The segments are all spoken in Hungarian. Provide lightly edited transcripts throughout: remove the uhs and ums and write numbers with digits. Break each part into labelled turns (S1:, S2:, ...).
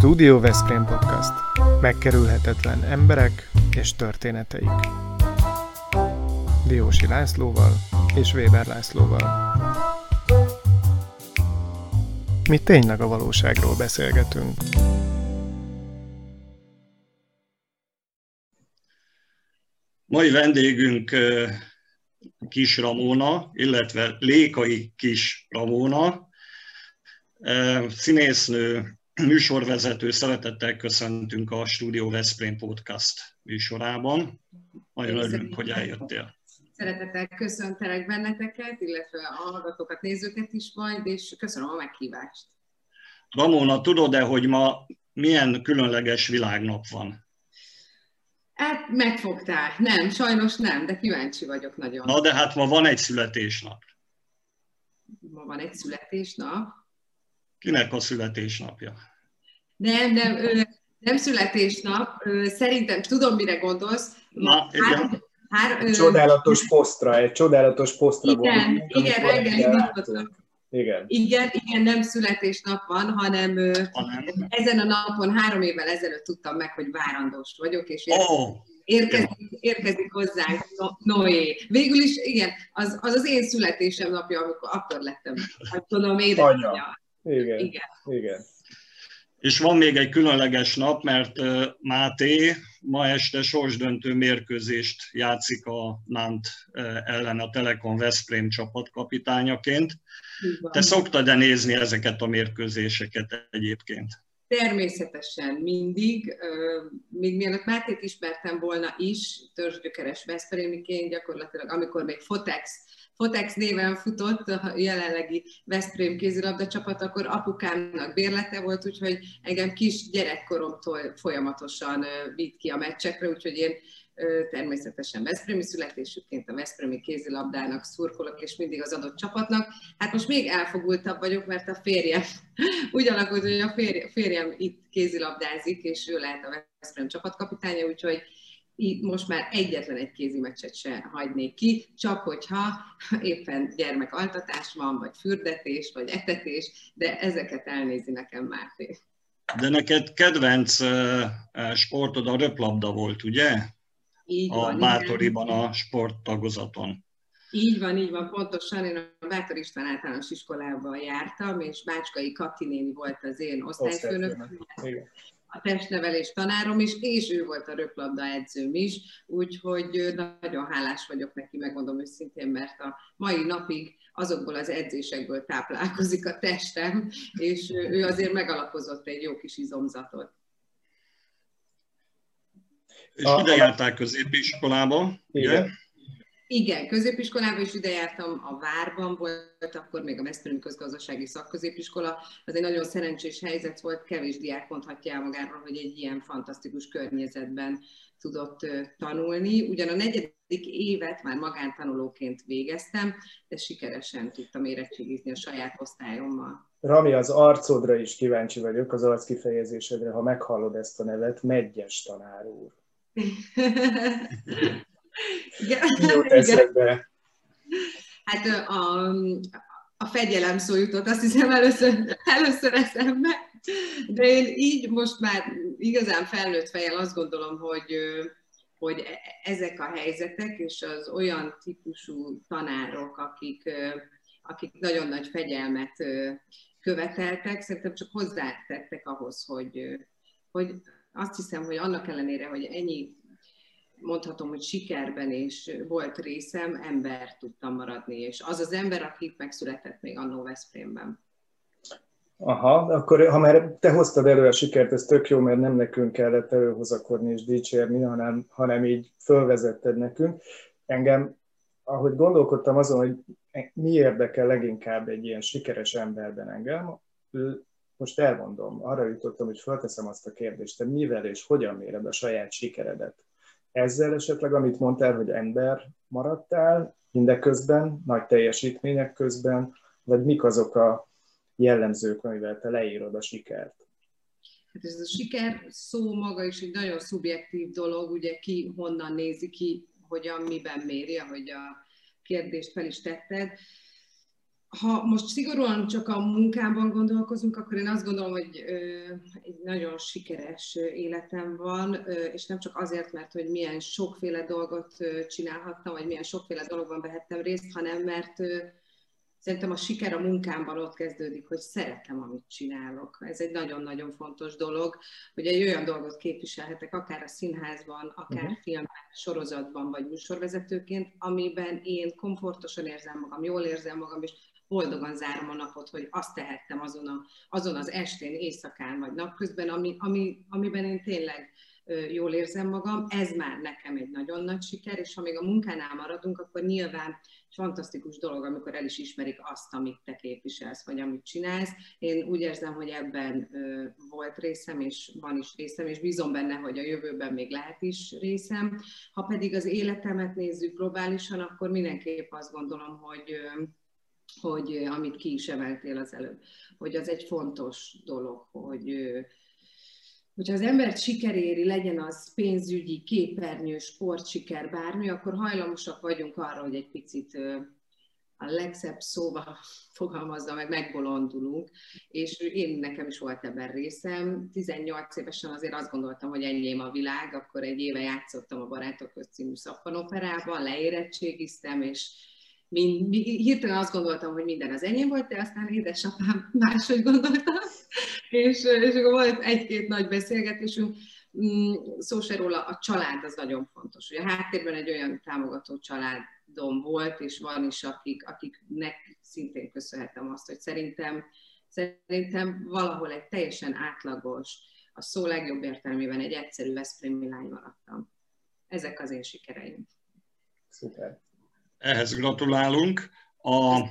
S1: Studio Veszprém Podcast. Megkerülhetetlen emberek és történeteik. Diósi Lászlóval és Weber Lászlóval. Mi tényleg a valóságról beszélgetünk.
S2: Mai vendégünk Kis Ramona, illetve Lékai Kis Ramona, színésznő, műsorvezető. Szeretettel köszöntünk a Studio Veszprém Podcast műsorában. Nagyon örülünk, hogy eljöttél.
S3: Szeretettel köszöntelek benneteket, illetve a hallgatókat, nézőket is majd, és köszönöm a meghívást.
S2: Ramona, tudod-e, hogy ma milyen különleges világnap van?
S3: Hát megfogtál. Nem, sajnos nem, de kíváncsi vagyok nagyon.
S2: Na, de hát ma van egy születésnap.
S3: Ma van egy születésnap.
S2: Kinek a születésnapja?
S3: Nem születésnap. Szerintem tudom, mire gondolsz.
S2: Na, igen.
S1: Egy csodálatos posztra
S3: igen,
S1: volt.
S3: Igen, reggel indítottam.
S1: Igen,
S3: nem születésnap van, hanem ezen a napon 3 évvel ezelőtt tudtam meg, hogy várandós vagyok, és érkezik hozzánk Noé. Végül is, igen, az én születésem napja, akkor lettem, hát tudom, édesanyja.
S1: Igen.
S2: És van még egy különleges nap, mert Máté ma este sorsdöntő mérkőzést játszik a Nantes ellen a Telekom Veszprém csapatkapitányaként. Te szoktad-e nézni ezeket a mérkőzéseket egyébként? Természetesen
S3: mindig. Még mielőtt Mátét ismertem volna is, törzsgyökeres veszprémiként, gyakorlatilag amikor még Fotex néven futott a jelenlegi Veszprém kézilabda csapat, akkor apukámnak bérlete volt, úgyhogy engem kis gyerekkoromtól folyamatosan vitt ki a meccsekre, úgyhogy én természetesen veszprémi születésüként a veszprémi kézilabdának szurkolok, és mindig az adott csapatnak. Hát most még elfogultabb vagyok, mert a férjem úgy alakult, hogy a férjem itt kézilabdázik, és ő lehet a Veszprém csapatkapitánya, úgyhogy itt most már egyetlen egy kézi meccset se hagynék ki, csak hogyha éppen gyermekaltatás van, vagy fürdetés, vagy etetés, de ezeket elnézi nekem Máté.
S2: De neked kedvenc sportod a röplabda volt, ugye?
S3: Így van,
S2: a Bátoriban, a sporttagozaton.
S3: Így van, pontosan. Én a Bátor István általános iskolában jártam, és Bácskai Kati néni volt az én osztályfőnököm, a testnevelés tanárom is, és ő volt a röplabda edzőm is, úgyhogy nagyon hálás vagyok neki, megmondom őszintén, mert a mai napig azokból az edzésekből táplálkozik a testem, és ő azért megalapozott egy jó kis izomzatot.
S2: És ide jártál középiskolába, ugye?
S3: Igen, középiskolában is ide jártam, a Várban volt, akkor még a Veszprémi Közgazdasági Szakközépiskola. Az egy nagyon szerencsés helyzet volt, kevés diák mondhatja el magáról, hogy egy ilyen fantasztikus környezetben tudott tanulni. Ugyan a 4. évet már magántanulóként végeztem, de sikeresen tudtam érettségizni a saját osztályommal.
S1: Rami, az arcodra is kíváncsi vagyok, az arckifejezésedre, ha meghallod ezt a nevet, Medgyes tanár úr.
S3: Igen. Hát a fegyelem szó jutott, azt hiszem először eszembe, de én így most már igazán felnőtt fejjel azt gondolom, hogy ezek a helyzetek és az olyan típusú tanárok, akik nagyon nagy fegyelmet követeltek, szerintem csak hozzátettek ahhoz, hogy azt hiszem, hogy annak ellenére, hogy ennyi, mondhatom, hogy sikerben is volt részem, ember tudtam maradni, és az az ember, aki megszületett még annó Veszprémben.
S1: Aha, akkor ha már te hoztad elő a sikert, ez tök jó, mert nem nekünk kellett előhozakodni és dicsérni, hanem így fölvezetted nekünk. Engem, ahogy gondolkodtam azon, hogy mi érdekel leginkább egy ilyen sikeres emberben engem, most elmondom, arra jutottam, hogy fölteszem azt a kérdést, te mivel és hogyan méred a saját sikeredet? Ezzel esetleg, amit mondtál, hogy ember maradtál mindeközben, nagy teljesítmények közben, vagy mik azok a jellemzők, amivel te leírod a sikert?
S3: Hát ez a siker szó maga is egy nagyon szubjektív dolog, ugye ki honnan nézi ki, hogyan, miben méri, ahogy a kérdést fel is tetted. Ha most szigorúan csak a munkában gondolkozunk, akkor én azt gondolom, hogy egy nagyon sikeres életem van, és nem csak azért, mert hogy milyen sokféle dolgot csinálhattam, vagy milyen sokféle dologban vehettem részt, hanem mert szerintem a siker a munkámban ott kezdődik, hogy szeretem, amit csinálok. Ez egy nagyon-nagyon fontos dolog, hogy egy olyan dolgot képviselhetek, akár a színházban, akár filmben, sorozatban, vagy műsorvezetőként, amiben én komfortosan érzem magam, jól érzem magam, és boldogan zárom a napot, hogy azt tehettem azon az estén, éjszakán vagy napközben, amiben én tényleg jól érzem magam. Ez már nekem egy nagyon nagy siker, és ha még a munkánál maradunk, akkor nyilván fantasztikus dolog, amikor el is ismerik azt, amit te képviselsz, vagy amit csinálsz. Én úgy érzem, hogy ebben volt részem, és van is részem, és bízom benne, hogy a jövőben még lehet is részem. Ha pedig az életemet nézzük globálisan, akkor mindenképp azt gondolom, hogy amit ki is emeltél az előbb, hogy az egy fontos dolog, hogyha az embert siker éri, legyen az pénzügyi, képernyő, sportsiker, bármi, akkor hajlamosak vagyunk arra, hogy egy picit a legszebb szóval fogalmazza meg, megbolondulunk, és nekem is volt ebben részem. 18 évesen azért azt gondoltam, hogy enyém a világ, akkor egy éve játszottam a Barátok közt című szappanoperában, leérettségiztem, és hirtelen azt gondoltam, hogy minden az enyém volt, de aztán édesapám máshogy gondoltam, és akkor volt egy-két nagy beszélgetésünk. Szó se róla, a család az nagyon fontos. Ugye a háttérben egy olyan támogató családom volt, és van is, akiknek szintén köszönhetem azt, hogy szerintem valahol egy teljesen átlagos, a szó legjobb értelmében egy egyszerű veszprémi lány maradtam. Ezek az én sikereim.
S1: Szuper.
S2: Ehhez gratulálunk. A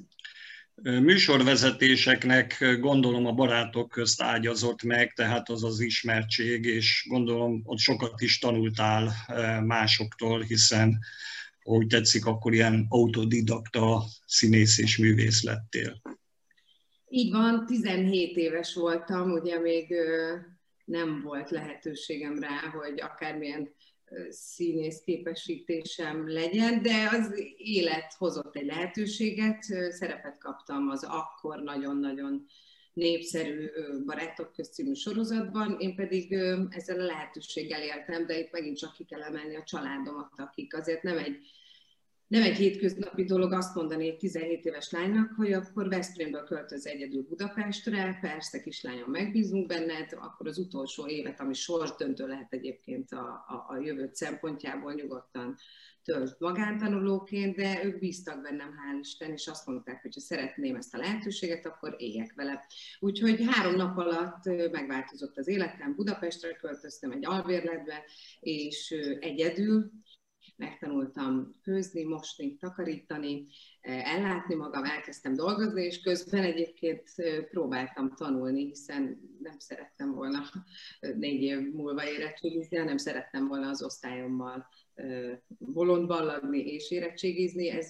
S2: műsorvezetéseknek gondolom a Barátok közt ágyazott meg, tehát az az ismertség, és gondolom ott sokat is tanultál másoktól, hiszen ahogy tetszik, akkor ilyen autodidakta színész és művész lettél.
S3: Így van, 17 éves voltam, ugye még nem volt lehetőségem rá, hogy akármilyen színész képesítésem legyen, de az élet hozott egy lehetőséget, szerepet kaptam az akkor nagyon-nagyon népszerű Barátok közt című sorozatban, én pedig ezzel a lehetőséggel éltem, de itt megint csak ki kell emelni a családomat, akik azért nem egy hétköznapi dolog azt mondani egy 17 éves lánynak, hogy akkor Veszprémből költöz egyedül Budapestre, persze kislányom, megbízunk benned, akkor az utolsó évet, ami sorsdöntő lehet egyébként a jövőt szempontjából, nyugodtan tölt magántanulóként, de ők bíztak bennem, hál' Isten, és azt mondták, hogy ha szeretném ezt a lehetőséget, akkor éljek vele. Úgyhogy 3 nap alatt megváltozott az életem, Budapestre költöztem egy albérletbe, és egyedül megtanultam főzni, mosni, takarítani, ellátni magam, elkezdtem dolgozni, és közben egyébként próbáltam tanulni, hiszen nem szerettem volna 4 év múlva érettségizni, hanem szerettem volna az osztályommal bolondballagni és érettségizni, ez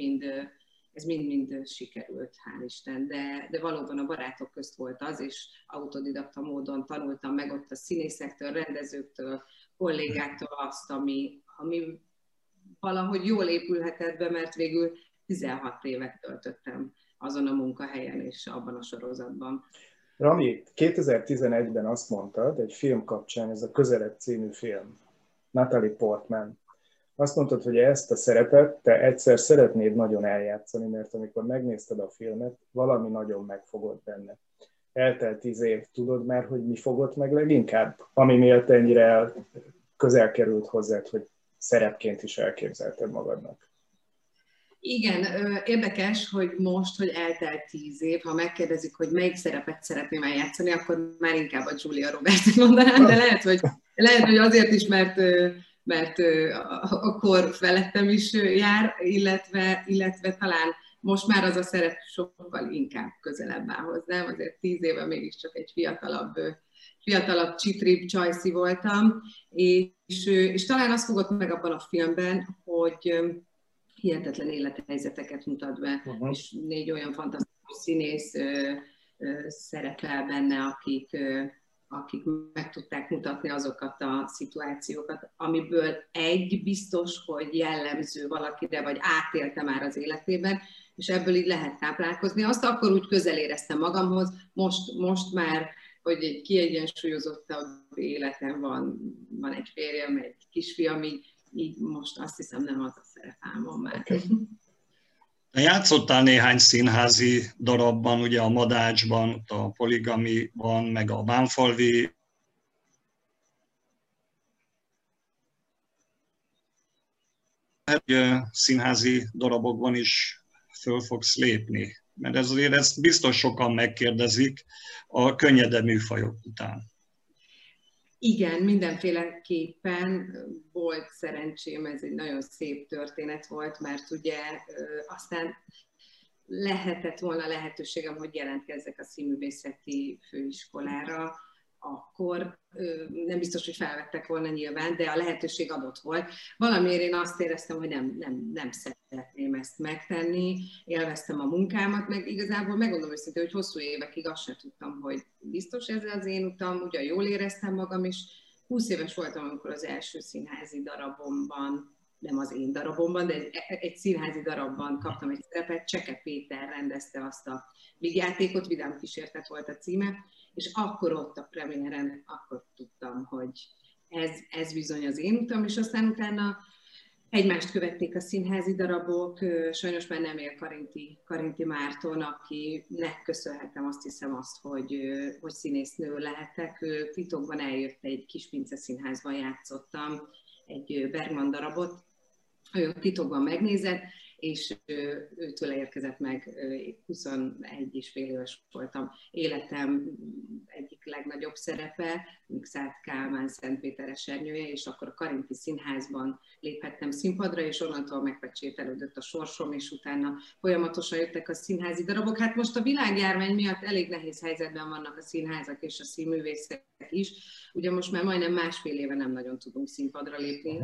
S3: mind-mind sikerült, hál' Isten, de valóban a Barátok közt volt az, és autodidakta módon tanultam meg ott a színészektől, rendezőktől, kollégáktól azt, ami valahogy jól épülhetett be, mert végül 16 évet töltöttem azon a munkahelyen és abban a sorozatban.
S1: Rami, 2011-ben azt mondtad, egy film kapcsán, ez a Közelebb című film, Natalie Portman. Azt mondtad, hogy ezt a szerepet te egyszer szeretnéd nagyon eljátszani, mert amikor megnézted a filmet, valami nagyon megfogott benne. Eltelt 10 év, tudod már, hogy mi fogott meg leginkább, ami miatt ennyire közel került hozzád, hogy szerepként is elképzelted magadnak?
S3: Igen, érdekes, hogy most, hogy eltelt 10 év, ha megkérdezik, hogy melyik szerepet szeretném eljátszani, akkor már inkább a Julia Roberts mondanám, de lehet, hogy azért is, mert a kor felettem is jár, illetve talán most már az a szerep sokkal inkább közelebb áll hozzám, azért 10 éve mégiscsak egy fiatalabb csitribb csajszi voltam, és talán azt fogott meg abban a filmben, hogy hihetetlen élethelyzeteket mutat be, és 4 olyan fantasztikus színész szerepel benne, akik meg tudták mutatni azokat a szituációkat, amiből egy biztos, hogy jellemző valakire, vagy átélte már az életében, és ebből így lehet táplálkozni. Azt akkor úgy közel éreztem magamhoz, most már, hogy egy kiegyensúlyozottabb életem van egy férjem, egy kisfiam, így most azt hiszem nem az a szerepálmon már.
S2: Okay. Játszottál néhány színházi darabban, ugye a Madácsban, a Poligamiban, meg a Bánfalvi színházi darabokban is föl fogsz lépni? Mert ezt biztos sokan megkérdezik a könnyedebb műfajok után.
S3: Igen, mindenféleképpen volt szerencsém, ez egy nagyon szép történet volt, mert ugye aztán lehetett volna lehetőségem, hogy jelentkezzek a színművészeti főiskolára, akkor nem biztos, hogy felvettek volna nyilván, de a lehetőség adott volt. Valamiért én azt éreztem, hogy nem szeretném ezt megtenni, élveztem a munkámat, meg igazából megmondom őszintén, hogy hosszú évekig azt sem tudtam, hogy biztos ez az én utam, ugyan jól éreztem magam, és 20 éves voltam, amikor az első színházi darabomban, nem az én darabomban, de egy színházi darabban kaptam egy szerepet, Cseke Péter rendezte azt a vígjátékot, Vidám kísértet volt a címe, és akkor ott a premiéren, akkor tudtam, hogy ez bizony az én utam, és aztán utána egymást követték a színházi darabok, sajnos már nem él Karinti Márton, akinek köszönhetem azt hiszem azt, hogy színésznő lehetek. Titokban eljött egy Kispince Színházban játszottam egy Bergman darabot, ő titokban megnézett, és őtől érkezett meg, 21 és fél éves voltam, életem egyik legnagyobb szerepe, Mikszát Kálmán Szentpéter-esernyője, és akkor a Karinti Színházban léphettem színpadra, és onnantól megpecsételődött a sorsom, és utána folyamatosan jöttek a színházi darabok. Hát most a világjárvány miatt elég nehéz helyzetben vannak a színházak és a színművészek is. Ugye most már majdnem másfél éve nem nagyon tudunk színpadra lépni,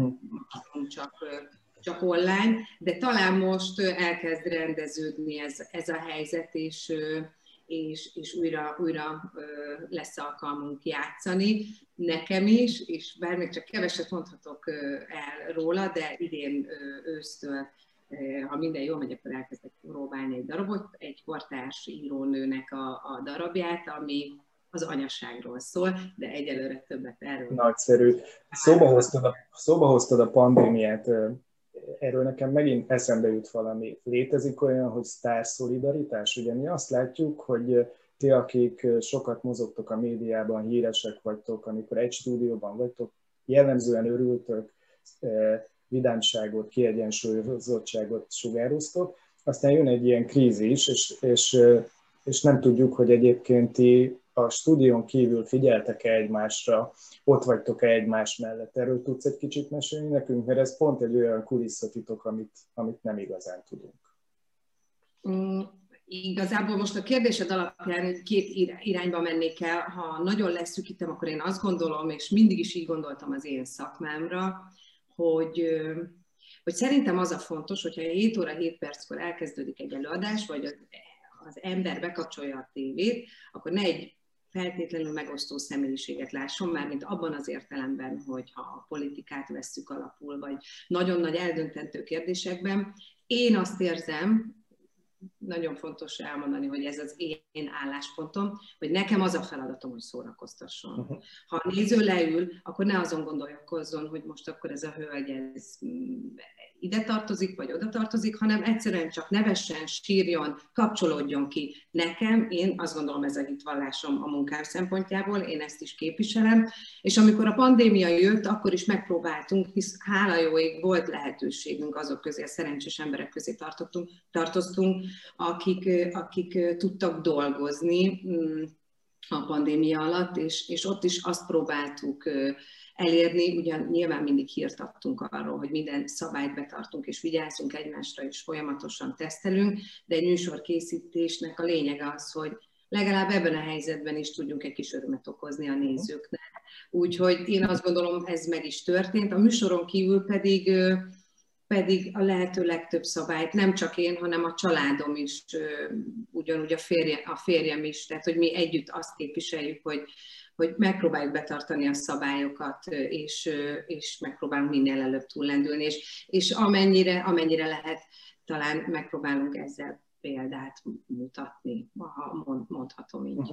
S3: csak online, de talán most elkezd rendeződni ez a helyzet, és újra lesz alkalmunk játszani. Nekem is, és bár még csak keveset mondhatok el róla, de idén ősztől, ha minden jól megy, akkor elkezdek próbálni egy darabot, egy kortárs írónőnek a darabját, ami az anyaságról szól, de egyelőre többet erről.
S1: Nagyszerű. Szóba hoztad a pandémiát. Erről nekem megint eszembe jut valami. Létezik olyan, hogy sztárszolidaritás? Ugye mi azt látjuk, hogy ti, akik sokat mozogtok a médiában, híresek vagytok, amikor egy stúdióban vagytok, jellemzően örültök, vidámságot, kiegyensúlyozottságot sugároztok, aztán jön egy ilyen krízis, és nem tudjuk, hogy egyébként ti a stúdión kívül figyeltek-e egymásra, ott vagytok-e egymás mellett. Erről tudsz egy kicsit mesélni nekünk, mert ez pont egy olyan kulisszatitok, amit nem igazán tudunk.
S3: Igazából most a kérdésed alapján két irányba mennék el. Ha nagyon leszűkítem, akkor én azt gondolom, és mindig is így gondoltam az én szakmámra, hogy szerintem az a fontos, hogyha 7 óra 7 perckor elkezdődik egy előadás, vagy az ember bekapcsolja a tévét, akkor ne egy feltétlenül megosztó személyiséget lásson, mármint abban az értelemben, hogy ha a politikát vesszük alapul, vagy nagyon nagy eldöntendő kérdésekben. Én azt érzem, nagyon fontos elmondani, hogy ez az én álláspontom, hogy nekem az a feladatom, hogy szórakoztasson. Ha a néző leül, akkor ne azon gondolkozzon, hogy most akkor ez a hölgy ez ide tartozik, vagy oda tartozik, hanem egyszerűen csak nevessen, sírjon, kapcsolódjon ki. Nekem, én azt gondolom, ez a hitvallásom a munkám szempontjából, én ezt is képviselem, és amikor a pandémia jött, akkor is megpróbáltunk, hisz hála jó ég volt lehetőségünk azok közé, a szerencsés emberek közé tartoztunk, akik tudtak dolgozni a pandémia alatt, és ott is azt próbáltuk elérni, ugyan nyilván mindig hírt adtunk arról, hogy minden szabályt betartunk, és vigyázzunk egymásra, és folyamatosan tesztelünk, de egy műsorkészítésnek a lényege az, hogy legalább ebben a helyzetben is tudjunk egy kis örömet okozni a nézőknek. Úgyhogy én azt gondolom, ez meg is történt. A műsoron kívül pedig a lehető legtöbb szabályt, nem csak én, hanem a családom is, ugyanúgy a férjem is, tehát hogy mi együtt azt képviseljük, hogy megpróbáljuk betartani a szabályokat, és megpróbálunk minél előbb túllendülni, és amennyire lehet talán megpróbálunk ezzel példát mutatni, ha mondhatom így.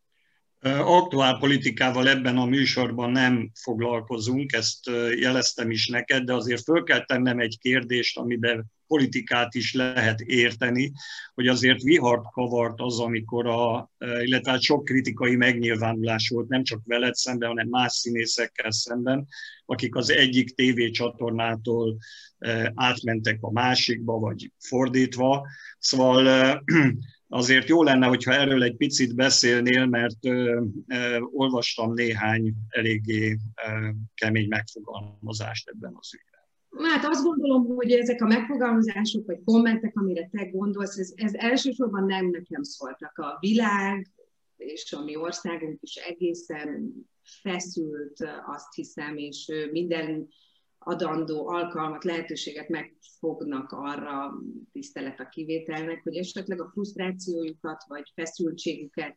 S2: Aktuál politikával ebben a műsorban nem foglalkozunk, ezt jeleztem is neked, de azért föl kell tennem egy kérdést, amiben politikát is lehet érteni, hogy azért vihart kavart az, amikor illetve sok kritikai megnyilvánulás volt, nem csak veled szemben, hanem más színészekkel szemben, akik az egyik tévécsatornától átmentek a másikba, vagy fordítva. Szóval azért jó lenne, hogyha erről egy picit beszélnél, mert olvastam néhány eléggé kemény megfogalmazást ebben az ügyben.
S3: Hát azt gondolom, hogy ezek a megfogalmazások vagy kommentek, amire te gondolsz, ez elsősorban nem nekem szóltak. A világ és a mi országunk is egészen feszült, azt hiszem, és minden adandó alkalmat, lehetőséget megfognak arra, tisztelet a kivételnek, hogy esetleg a frusztrációjukat vagy feszültségüket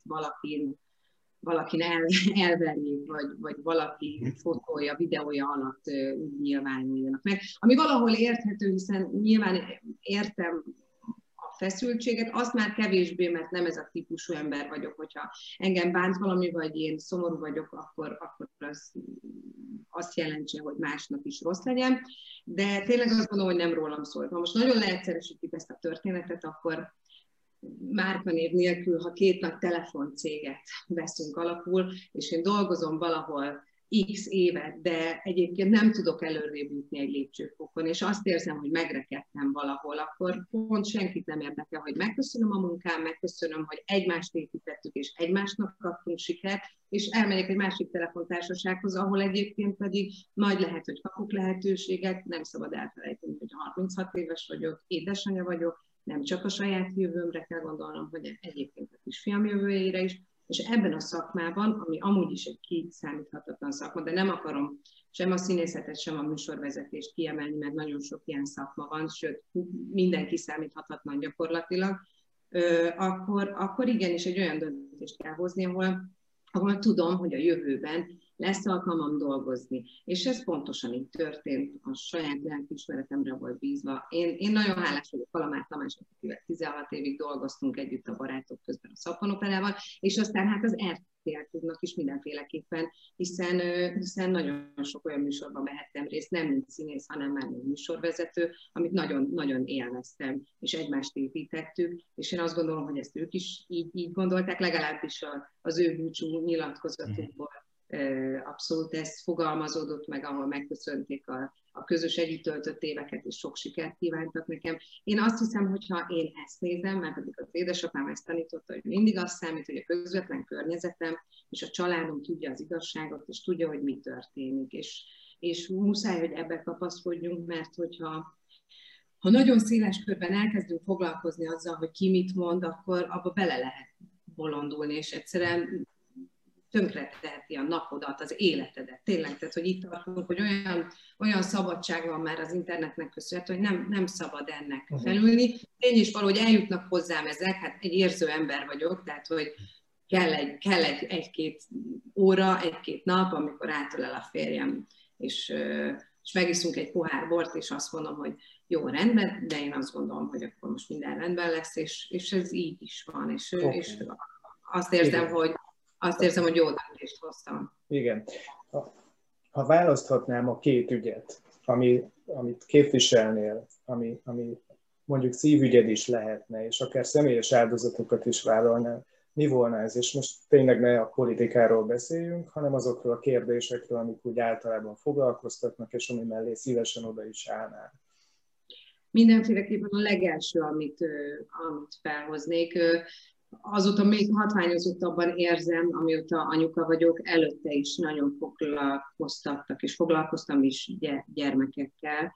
S3: valakin elverjék, vagy valaki fotója, videója alatt úgy nyilvánuljanak meg. Ami valahol érthető, hiszen nyilván értem a feszültséget, azt már kevésbé, mert nem ez a típusú ember vagyok, hogyha engem bánt valami, vagy én szomorú vagyok, akkor az azt jelentse, hogy másnak is rossz legyen. De tényleg azt gondolom, hogy nem rólam szólt. Ha most nagyon leegyszerűsítjük ezt a történetet, akkor márkanév nélkül, ha két nagy telefoncéget veszünk alapul, és én dolgozom valahol X évet, de egyébként nem tudok előrébb jutni egy lépcsőfokon, és azt érzem, hogy megrekedtem valahol, akkor pont senkit nem érdekel, hogy megköszönöm a munkám, megköszönöm, hogy egymást építettük, és egymásnak kaptunk sikert, és elmegyek egy másik telefontársasághoz, ahol egyébként pedig nagy lehet, hogy kapok lehetőséget, nem szabad elfelejteni, hogy 36 éves vagyok, édesanyja vagyok, nem csak a saját jövőmre kell gondolnom, hogy egyébként a kisfiam jövőjére is, és ebben a szakmában, ami amúgy is egy kiszámíthatatlan szakma, de nem akarom sem a színészetet, sem a műsorvezetést kiemelni, mert nagyon sok ilyen szakma van, sőt, minden kiszámíthatatlan gyakorlatilag, akkor igenis egy olyan döntést kell hozni, ahol tudom, hogy a jövőben lesz alkalmam dolgozni. És ez pontosan így történt, a saját lelkiismeretemre volt bízva. Én nagyon hálás vagyok Kalamár Tamásnak, akivel 16 évig dolgoztunk együtt a Barátok közben a Szappanopérával, és aztán hát az RTL Klubnak is mindenféleképpen, hiszen nagyon sok olyan műsorban vehettem részt, nem mint színész, hanem már mint műsorvezető, amit nagyon-nagyon élveztem, és egymást építettük, és én azt gondolom, hogy ezt ők is így gondolták, legalábbis az ő búcsú nyilatkozatukból abszolút ez fogalmazódott meg, ahol megköszönték a közös együtt töltött éveket, és sok sikert kívántak nekem. Én azt hiszem, hogyha én ezt nézem, mert pedig az édesapám ezt tanította, hogy mindig azt számít, hogy a közvetlen környezetem és a családom tudja az igazságot, és tudja, hogy mi történik. És muszáj, hogy ebbe kapaszkodjunk, mert hogyha nagyon széles körben elkezdünk foglalkozni azzal, hogy ki mit mond, akkor abba bele lehet bolondulni, és egyszerűen tönkreteheti a napodat, az életedet. Tényleg, tehát, hogy itt tartunk, hogy olyan szabadság van már az internetnek köszönhető, hogy nem szabad ennek felülni. Én is valahogy eljutnak hozzám ezek, hát egy érző ember vagyok, tehát, hogy kell egy-két óra, egy-két nap, amikor átölel a férjem, és megiszunk egy pohár bort, és azt mondom, hogy jó, rendben, de én azt gondolom, hogy akkor most minden rendben lesz, és ez így is van, és azt érzem, hogy jó döntést hoztam.
S1: Igen. Ha választhatnám a két ügyet, amit képviselnél, ami mondjuk szívügyed is lehetne, és akár személyes áldozatokat is vállalnál, mi volna ez? És most tényleg ne a politikáról beszéljünk, hanem azokról a kérdésekről, amik úgy általában foglalkoztatnak, és ami mellé szívesen oda is állnál.
S3: Mindenféleképpen a legelső, amit felhoznék, azóta még hatványozottabban érzem, amióta anyuka vagyok, előtte is nagyon foglalkoztattak, és foglalkoztam is gyermekekkel,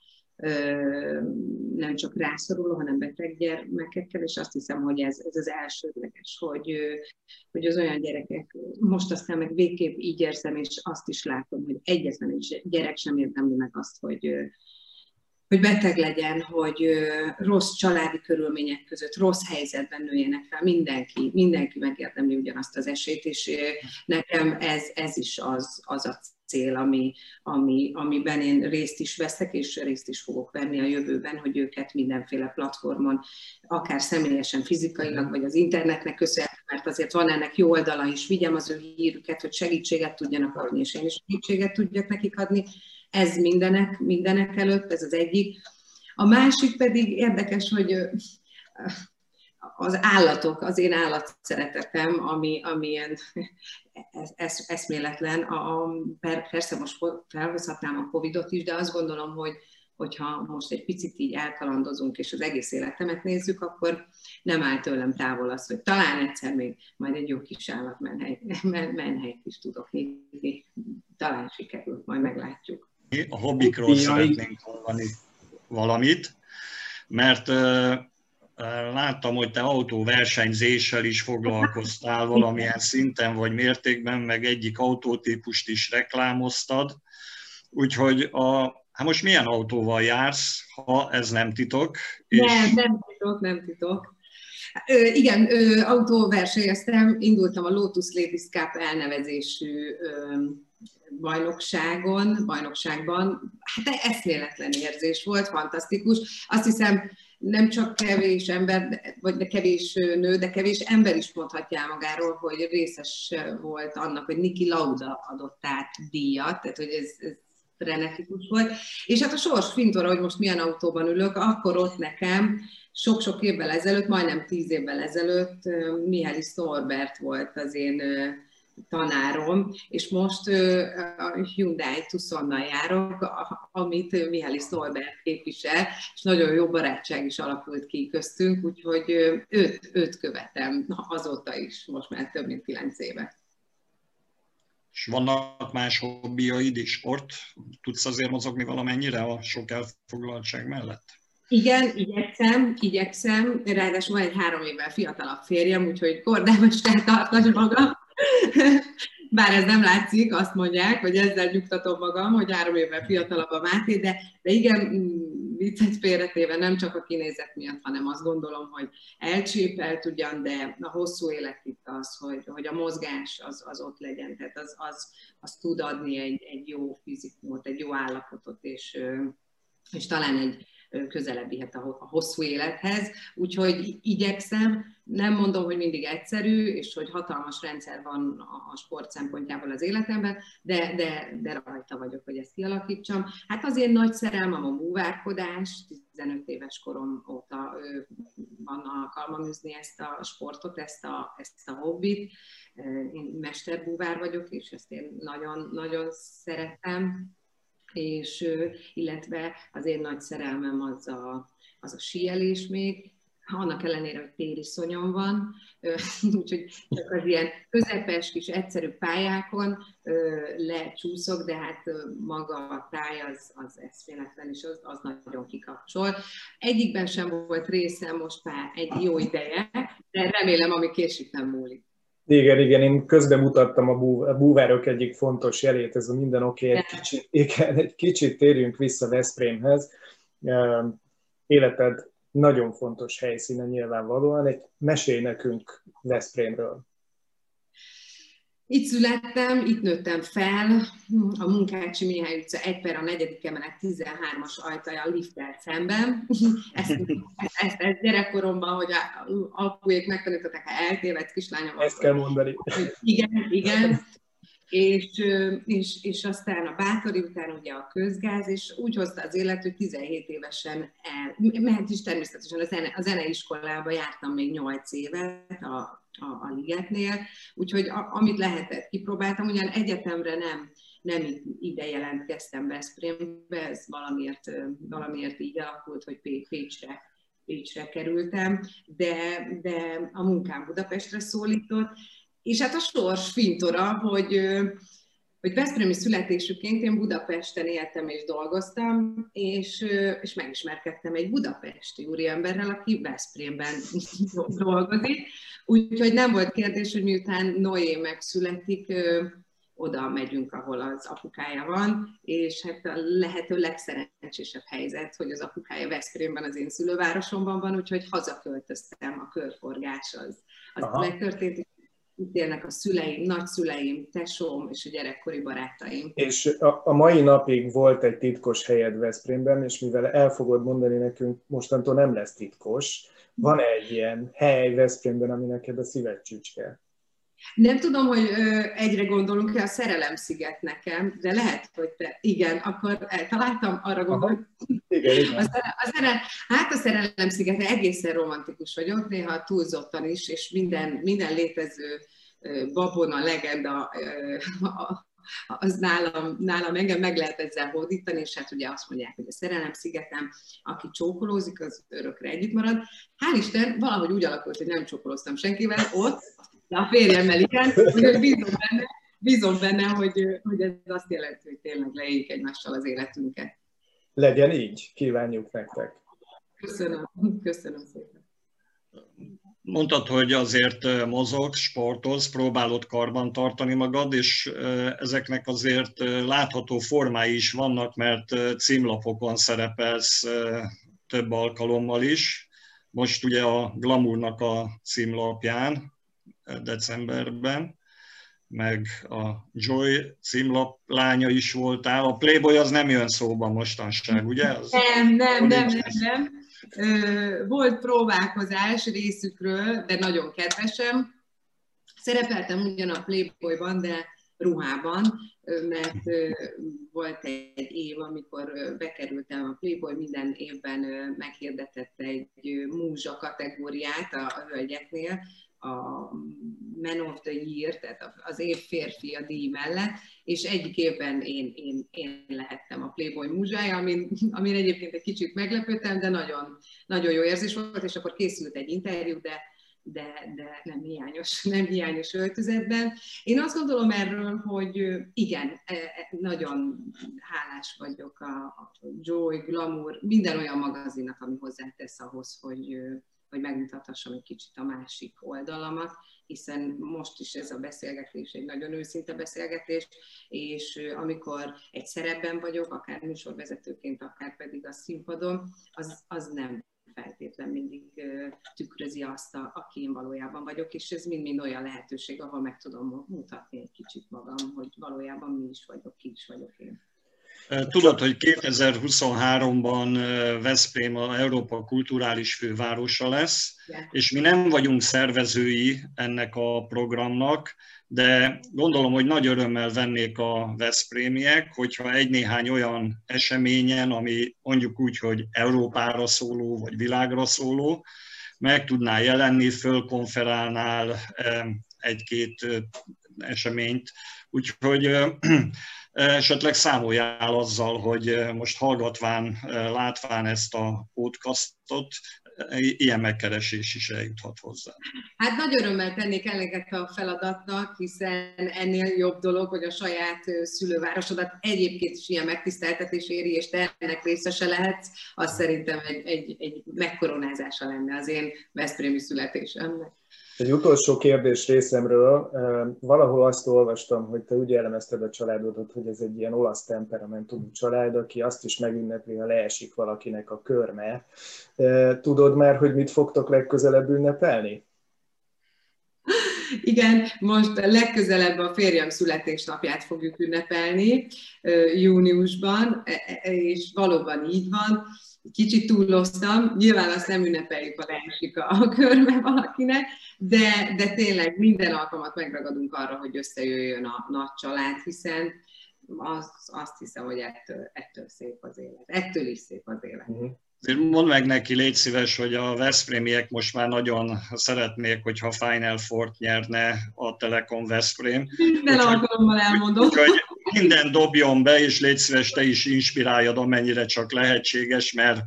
S3: nem csak rászoruló, hanem beteg gyermekekkel, és azt hiszem, hogy ez az elsődleges, hogy az olyan gyerekek, most aztán meg végképp így érzem, és azt is látom, hogy egyetlen egy gyerek sem érdemli meg azt, beteg legyen, hogy rossz családi körülmények között, rossz helyzetben nőjenek fel. Mindenki megérdemli ugyanazt az esélyt, és nekem ez is az a cél, amiben én részt is veszek, és részt is fogok venni a jövőben, hogy őket mindenféle platformon, akár személyesen, fizikailag, vagy az internetnek köszönhetően, mert azért van ennek jó oldala is, vigyem az ő hírüket, hogy segítséget tudjanak adni, és én is segítséget tudjak nekik adni. Ez mindenek előtt, ez az egyik. A másik pedig érdekes, hogy az állatok, az én állatszeretetem, ami ilyen eszméletlen. Persze most felhozhatnám a Covid-ot is, de azt gondolom, hogyha most egy picit így elkalandozunk, és az egész életemet nézzük, akkor nem áll tőlem távol az, hogy talán egyszer még majd egy jó kis állatmenhelyt is tudok nyitni. Talán sikerült, majd meglátjuk.
S2: A hobbikról szeretnénk hallani valamit, mert láttam, hogy te autóversenyzéssel is foglalkoztál valamilyen szinten vagy mértékben, meg egyik autótípust is reklámoztad. Úgyhogy hát most milyen autóval jársz, ha ez nem titok?
S3: Nem titok. Igen, autóversenyeztem, indultam a Lotus Ladies Cup elnevezésű bajnokságban. Hát eszméletlen érzés volt, fantasztikus. Azt hiszem, nem csak kevés ember, vagy kevés nő, de kevés ember is mondhatja el magáról, hogy részes volt annak, hogy Niki Lauda adott át díjat, tehát hogy ez frenetikus volt. És hát a sors fintora, hogy most milyen autóban ülök, akkor ott nekem sok-sok évvel ezelőtt, majdnem 10 évvel ezelőtt Mihály Norbert volt az én tanárom, és most a Hyundai Tucsonnal járok, amit Mihály Norbert képvisel, és nagyon jó barátság is alakult ki köztünk, úgyhogy őt követem azóta is, most már több mint 9 éve.
S2: És vannak más hobbiaid is? Sport? Tudsz azért mozogni valamennyire a sok elfoglaltság mellett?
S3: Igen, igyekszem. Ráadásul van egy 3 évvel fiatalabb férjem, úgyhogy kordában is kell tartani magam. Bár ez nem látszik, azt mondják, hogy ezzel nyugtatom magam, hogy 3 évvel fiatalabb a Máté, de igen, viccet félretéve nem csak a kinézet miatt, hanem azt gondolom, hogy elcsépelt ugyan, de a hosszú élet itt az, hogy a mozgás az ott legyen, tehát az tud adni egy jó fizikumot, egy jó állapotot, és talán egy közelebb vihet a hosszú élethez, úgyhogy igyekszem, nem mondom, hogy mindig egyszerű, és hogy hatalmas rendszer van a sport szempontjából az életemben, de rajta vagyok, hogy ezt kialakítsam. Hát az én nagy szerelmem a búvárkodás, 15 éves korom óta van alkalmam űzni ezt a sportot, ezt a hobbit. Én mesterbúvár vagyok, és ezt én nagyon, nagyon szeretem. És illetve az én nagy szerelmem az a síelés még, annak ellenére, hogy tériszonyom van, úgyhogy csak az ilyen közepes kis egyszerű pályákon lecsúszok, de hát maga a táj az eszméletlen, és az nagyon kikapcsol. Egyikben sem volt részem most már egy jó ideje, de remélem, ami késik nem múlik.
S1: Igen, én közben mutattam a búvárok egyik fontos jelét, ez a minden oké, egy kicsit térjünk vissza Veszprémhez. Életed nagyon fontos helyszíne nyilvánvalóan, mesélj nekünk Veszprémről.
S3: Itt születtem, itt nőttem fel, a Munkácsi Mihály utca 1/4. emelet 13-as ajtaja a lifttel szemben. Ezt gyerekkoromban, hogy apuék megtanították, ha eltévedt kislányom.
S1: Ezt kell mondani.
S3: Igen. És aztán a Bátori után ugye a közgáz, és úgy hozta az élet, hogy 17 évesen mert is természetesen a zeneiskolába jártam még 8 évet a Ligetnél, úgyhogy amit lehetett kipróbáltam, ugyan egyetemre nem ide jelentkeztem Veszprémbe, ez valamiért így alakult, hogy Pécsre kerültem, de a munkám Budapestre szólított, és hát a sors fintora, hogy veszprémi születésüként én Budapesten éltem és dolgoztam, és megismerkedtem egy budapesti úriemberrel, aki Veszprémben dolgozik. Úgyhogy nem volt kérdés, hogy miután Noé megszületik, oda megyünk, ahol az apukája van, és hát a lehető legszerencsésebb helyzet, hogy az apukája Veszprémben, az én szülővárosomban van, úgyhogy hazaköltöztem, a körforgás az megtörtént. Itt élnek a szüleim, nagyszüleim, tesóm és a gyerekkori barátaim.
S1: És a mai napig volt egy titkos helyed Veszprémben, és mivel el fogod mondani nekünk, mostantól nem lesz titkos, van egy ilyen hely Veszprémben, ami neked a szíved csücske?
S3: Nem tudom, hogy egyre gondolunk-e, a Szerelem-sziget nekem, de lehet, hogy te igen, akkor eltaláltam, arra gondolom.
S1: Igen.
S3: A Szerelem-sziget egészen romantikus vagyok, néha túlzottan is, és minden létező babona, legenda, az nálam engem meg lehet ezzel hódítani, és hát ugye azt mondják, hogy a Szerelem-szigeten, aki csókolózik, az örökre együtt marad. Hál' Isten, valahogy úgy alakult, hogy nem csókolóztam senkivel ott, de a férjemmel igen, úgyhogy bízom benne, hogy ez azt jelenti, hogy tényleg leéljük egymással az életünket.
S1: Legyen így, kívánjuk nektek.
S3: Köszönöm szépen.
S2: Mondtad, hogy azért mozogsz, sportolsz, próbálod karban tartani magad, és ezeknek azért látható formái is vannak, mert címlapokon szerepelsz több alkalommal is. Most ugye a Glamournak a címlapján decemberben, meg a Joy címlap lánya is voltál. A Playboy az nem jön szóba mostanság, ugye?
S3: Nem. Volt próbálkozás részükről, de nagyon kedvesem. Szerepeltem ugyan a Playboyban, de ruhában, mert volt egy év, amikor bekerültem a Playboy, minden évben meghirdetett egy múzsa kategóriát a hölgyeknél, a Man of the Year, tehát az év férfi a díj mellett, és egyik évben én lehettem a Playboy múzsája, amin egyébként egy kicsit meglepődtem, de nagyon, nagyon jó érzés volt, és akkor készült egy interjú, de nem hiányos öltözetben. Én azt gondolom erről, hogy igen, nagyon hálás vagyok a Joy, Glamour, minden olyan magazinnak, ami hozzátesz ahhoz, hogy megmutathassam egy kicsit a másik oldalamat, hiszen most is ez a beszélgetés egy nagyon őszinte beszélgetés, és amikor egy szerepben vagyok, akár műsorvezetőként, akár pedig a színpadon, az nem feltétlen mindig tükrözi azt, aki én valójában vagyok, és ez mind-mind olyan lehetőség, ahol meg tudom mutatni egy kicsit magam, hogy valójában mi is vagyok, ki is vagyok én.
S2: Tudod, hogy 2023-ban Veszprém az Európa kulturális fővárosa lesz, és mi nem vagyunk szervezői ennek a programnak, de gondolom, hogy nagy örömmel vennék a veszprémiek, hogyha egy-néhány olyan eseményen, ami mondjuk úgy, hogy Európára szóló, vagy világra szóló, meg tudnál jelenni, fölkonferálnál egy-két eseményt. Úgyhogy esetleg számoljál azzal, hogy most hallgatván, látván ezt a podcastot, ilyen megkeresés is eljuthat hozzá.
S3: Hát nagy örömmel tennék eleget a feladatnak, hiszen ennél jobb dolog, hogy a saját szülővárosodat egyébként is ilyen megtiszteltetés éri, és te ennek részese lehetsz, az szerintem egy megkoronázása lenne az én veszprémi születésemnek.
S1: Egy utolsó kérdés részemről. Valahol azt olvastam, hogy te úgy jellemezted a családodat, hogy ez egy ilyen olasz temperamentumú család, aki azt is megünnepli, ha leesik valakinek a körme. Tudod már, hogy mit fogtok legközelebb ünnepelni?
S3: Igen, most legközelebb a férjem születésnapját fogjuk ünnepelni júniusban, és valóban így van. Kicsit túlloztam, nyilván azt nem ünnepeljük, ha leesik a körme valakinek, de tényleg minden alkalmat megragadunk arra, hogy összejöjjön a nagy család, hiszen azt hiszem, hogy ettől szép az élet. Ettől is szép az élet.
S2: Mondd meg neki, légy szíves, hogy a veszprémiek most már nagyon szeretnék, hogyha Final Four-t nyerne a Telekom Veszprém.
S3: Minden alkalommal elmondom.
S2: Úgyhogy minden dobjon be, és légy szíves, te is inspiráljad, amennyire csak lehetséges, mert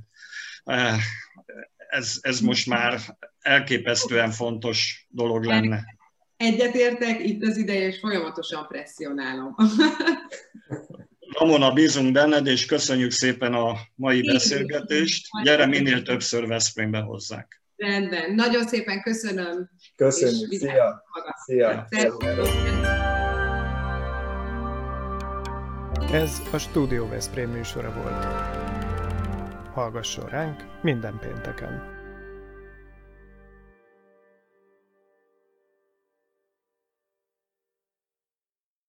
S2: ez most már elképesztően fontos dolog lenne.
S3: Egyetértek, itt az ideje, és folyamatosan presszionálom.
S2: Ramona, bízunk benned, és köszönjük szépen a mai beszélgetést. Gyere minél többször Veszprémbe hozzánk.
S3: Rendben. Nagyon szépen köszönöm.
S1: Köszönjük. Szia. Szia.
S4: Ez a Studio Veszprém műsora volt. Hallgasson ránk minden pénteken!